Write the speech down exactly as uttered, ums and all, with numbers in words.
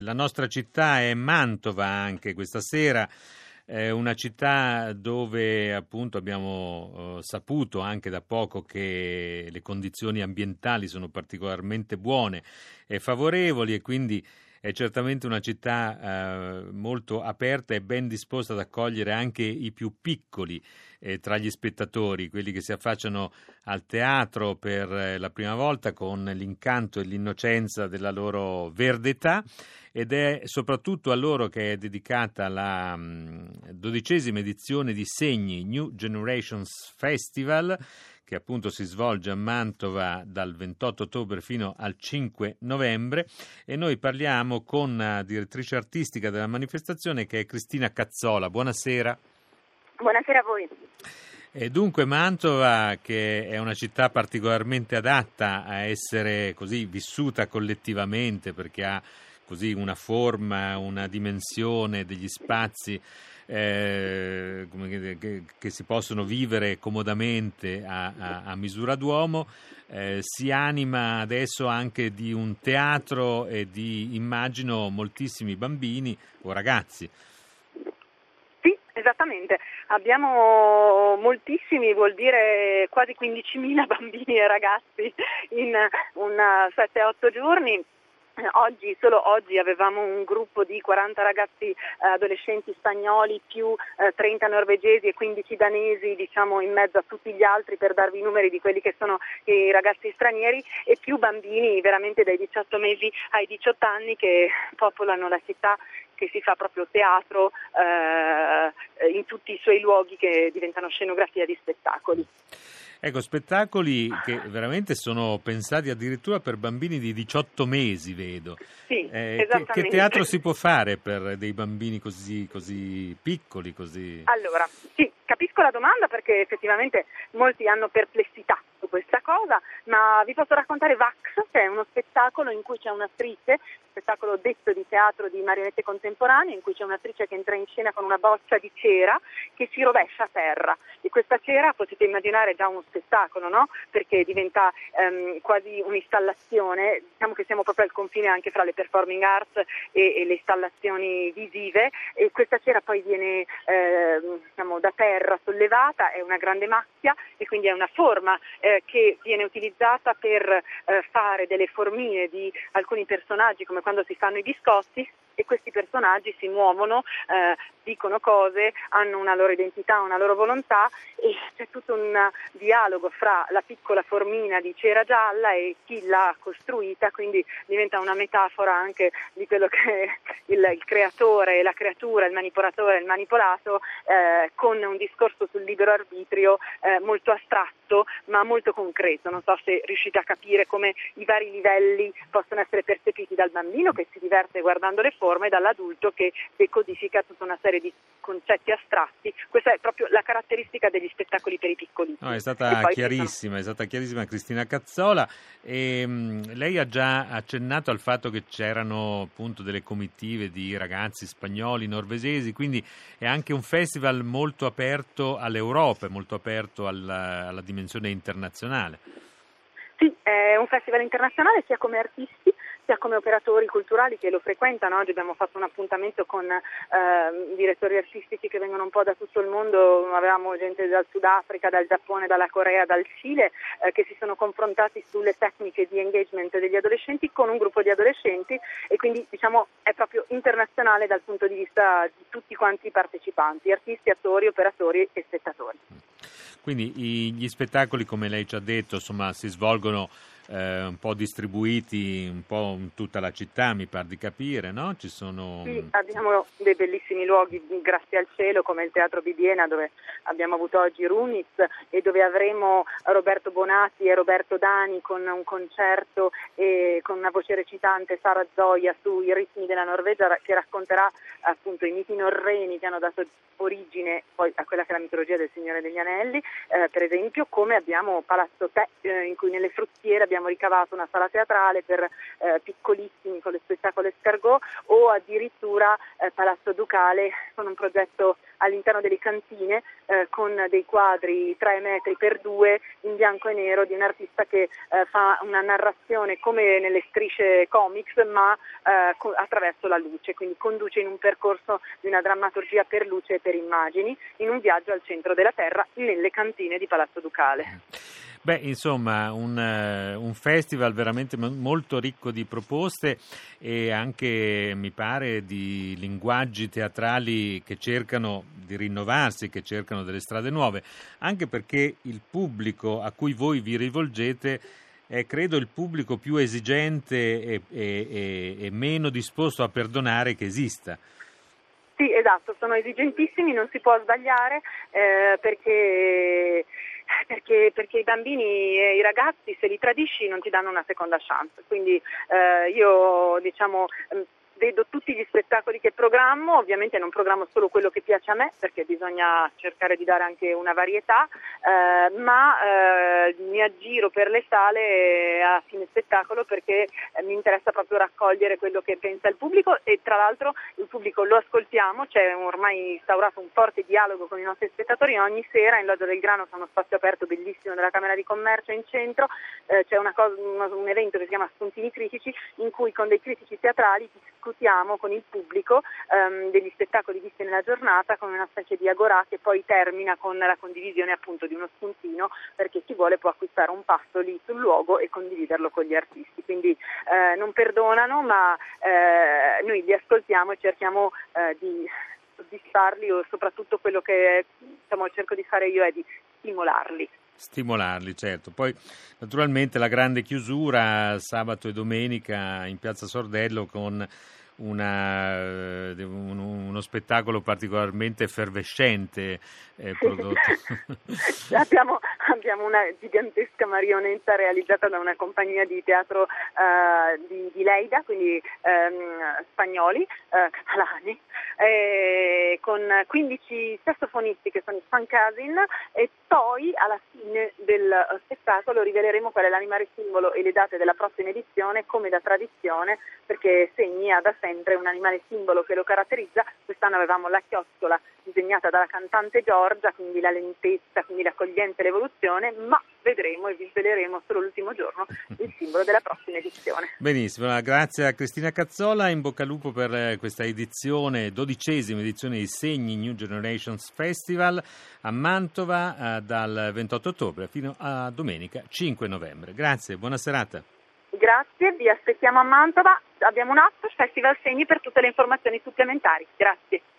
La nostra città è Mantova anche questa sera, è una città dove appunto abbiamo eh, saputo anche da poco che le condizioni ambientali sono particolarmente buone e favorevoli, e quindi è certamente una città eh, molto aperta e ben disposta ad accogliere anche i più piccoli eh, tra gli spettatori, quelli che si affacciano al teatro per eh, la prima volta con l'incanto e l'innocenza della loro verde età. Ed è soprattutto a loro che è dedicata la mh, dodicesima edizione di Segni New Generations Festival, che appunto si svolge a Mantova dal ventotto ottobre fino al cinque novembre, e noi parliamo con la direttrice artistica della manifestazione, che è Cristina Cazzola. Buonasera. Buonasera a voi. E dunque Mantova, che è una città particolarmente adatta a essere così vissuta collettivamente, perché ha così una forma, una dimensione degli spazi eh, come che, che si possono vivere comodamente a, a, a misura d'uomo, eh, si anima adesso anche di un teatro e di, immagino, moltissimi bambini o ragazzi. Sì, esattamente. Abbiamo moltissimi, vuol dire quasi quindicimila bambini e ragazzi in sette otto giorni. Oggi, solo oggi avevamo un gruppo di quaranta ragazzi eh, adolescenti spagnoli più eh, trenta norvegesi e quindici danesi, diciamo, in mezzo a tutti gli altri, per darvi i numeri di quelli che sono i ragazzi stranieri, e più bambini veramente dai diciotto mesi ai diciotto anni che popolano la città, che si fa proprio teatro eh, in tutti i suoi luoghi che diventano scenografia di spettacoli. Ecco, spettacoli che veramente sono pensati addirittura per bambini di diciotto mesi, vedo. Sì, eh, esattamente. Che, che teatro si può fare per dei bambini così, così piccoli? Così... Allora, sì, capisco la domanda, perché effettivamente molti hanno perplessità su questa cosa, ma vi posso raccontare Vax, che è uno spettacolo in cui c'è un'attrice, spettacolo detto di teatro di marionette contemporanee, in cui c'è un'attrice che entra in scena con una boccia di cera che si rovescia a terra, e questa cera potete immaginare già uno spettacolo, no? Perché diventa ehm, quasi un'installazione. Diciamo che siamo proprio al confine anche fra le performing arts e, e le installazioni visive, e questa cera poi viene eh, diciamo, da terra sollevata, è una grande macchia, e quindi è una forma eh, che viene utilizzata per eh, fare delle formine di alcuni personaggi, come quando si fanno i biscotti, e questi personaggi si muovono, eh, dicono cose, hanno una loro identità, una loro volontà, e c'è tutto un dialogo fra la piccola formina di cera gialla e chi l'ha costruita, quindi diventa una metafora anche di quello che il, il creatore, la creatura, il manipolatore, il manipolato, eh, con un discorso sul libero arbitrio eh, molto astratto ma molto concreto. Non so se riuscite a capire come i vari livelli possono essere percepiti dal bambino, che si diverte guardando le forme, e dall'adulto che decodifica tutta una serie di concetti astratti. Questa è proprio la caratteristica degli spettacoli per i piccolissimi. No, è stata chiarissima, è stata chiarissima Cristina Cazzola. E, mh, lei ha già accennato al fatto che c'erano appunto delle comitive di ragazzi spagnoli, norvegesi, quindi è anche un festival molto aperto all'Europa, molto aperto alla, alla dimensione internazionale. Sì, è un festival internazionale sia come artisti sia come operatori culturali che lo frequentano. Oggi abbiamo fatto un appuntamento con eh, direttori artistici che vengono un po' da tutto il mondo, avevamo gente dal Sudafrica, dal Giappone, dalla Corea, dal Cile, eh, che si sono confrontati sulle tecniche di engagement degli adolescenti con un gruppo di adolescenti, e quindi diciamo è proprio internazionale dal punto di vista di tutti quanti i partecipanti, artisti, attori, operatori e spettatori. Quindi i, gli spettacoli, come lei ci ha detto, insomma, si svolgono eh, un po' distribuiti un po' in tutta la città, mi par di capire, no? Ci sono... Sì, abbiamo dei bellissimi luoghi, grazie al cielo, come il Teatro Bibiena, dove abbiamo avuto oggi Runis, e dove avremo Roberto Bonatti e Roberto Dani con un concerto e con una voce recitante, Sara Zoia, sui ritmi della Norvegia, che racconterà appunto i miti norreni che hanno dato origine poi a quella che è la mitologia del Signore degli Anelli, eh, per esempio, come abbiamo Palazzo Te, eh, in cui nelle fruttiere abbiamo abbiamo ricavato una sala teatrale per eh, piccolissimi con lo spettacolo Escargot, o addirittura eh, Palazzo Ducale con un progetto all'interno delle cantine eh, con dei quadri tre metri per due in bianco e nero di un artista che eh, fa una narrazione come nelle strisce comics, ma eh, co- attraverso la luce, quindi conduce in un percorso di una drammaturgia per luce e per immagini, in un viaggio al centro della terra nelle cantine di Palazzo Ducale. Beh, insomma, un, uh, un festival veramente m- molto ricco di proposte e anche, mi pare, di linguaggi teatrali che cercano di rinnovarsi, che cercano delle strade nuove, anche perché il pubblico a cui voi vi rivolgete è, credo, il pubblico più esigente e, e, e, e meno disposto a perdonare che esista. Sì, esatto, sono esigentissimi, non si può sbagliare eh, perché... Perché, perché i bambini e i ragazzi, se li tradisci, non ti danno una seconda chance. Quindi eh, io diciamo vedo tutti gli spettacoli che programmo, ovviamente non programmo solo quello che piace a me, perché bisogna cercare di dare anche una varietà, eh, ma eh, mi aggiro per le sale a fine spettacolo perché eh, mi interessa proprio raccogliere quello che pensa il pubblico, e tra l'altro il pubblico lo ascoltiamo, c'è ormai instaurato un forte dialogo con i nostri spettatori. Ogni sera in Loggia del Grano, che è uno spazio aperto bellissimo della Camera di Commercio in centro, eh, c'è una cosa, un, un evento che si chiama Spuntini Critici, in cui con dei critici teatrali discutiamo con il pubblico ehm, degli spettacoli visti nella giornata, con una specie di agorà che poi termina con la condivisione appunto di uno spuntino, perché chi vuole può acquistare un pasto lì sul luogo e condividerlo con gli artisti. Quindi eh, non perdonano, ma eh, noi li ascoltiamo e cerchiamo eh, di soddisfarli, o soprattutto quello che diciamo, cerco di fare io è di stimolarli. Stimolarli, certo. Poi naturalmente la grande chiusura sabato e domenica in Piazza Sordello con una, un, uno spettacolo particolarmente effervescente eh, prodotto. abbiamo, abbiamo una gigantesca marionetta realizzata da una compagnia di teatro uh, di, di Leida, quindi um, spagnoli, uh, catalani, e con quindici sassofonisti che sono i Fancasin, e poi alla fine del spettacolo riveleremo qual è l'animale simbolo e le date della prossima edizione, come da tradizione, perché Segni ha da sempre un animale simbolo che lo caratterizza. Quest'anno avevamo la chiocciola disegnata dalla cantante Giorgia, quindi la lentezza, quindi l'accoglienza e l'evoluzione, ma vedremo e vi sveleremo solo l'ultimo giorno il simbolo della prossima edizione. Benissimo, grazie a Cristina Cazzola, in bocca al lupo per questa edizione, dodicesima edizione di Segni New Generations Festival a Mantova eh, dal ventotto ottobre fino a domenica cinque novembre. Grazie, buona serata. Grazie, vi aspettiamo a Mantova, abbiamo un app, Festival Segni, per tutte le informazioni supplementari. Grazie.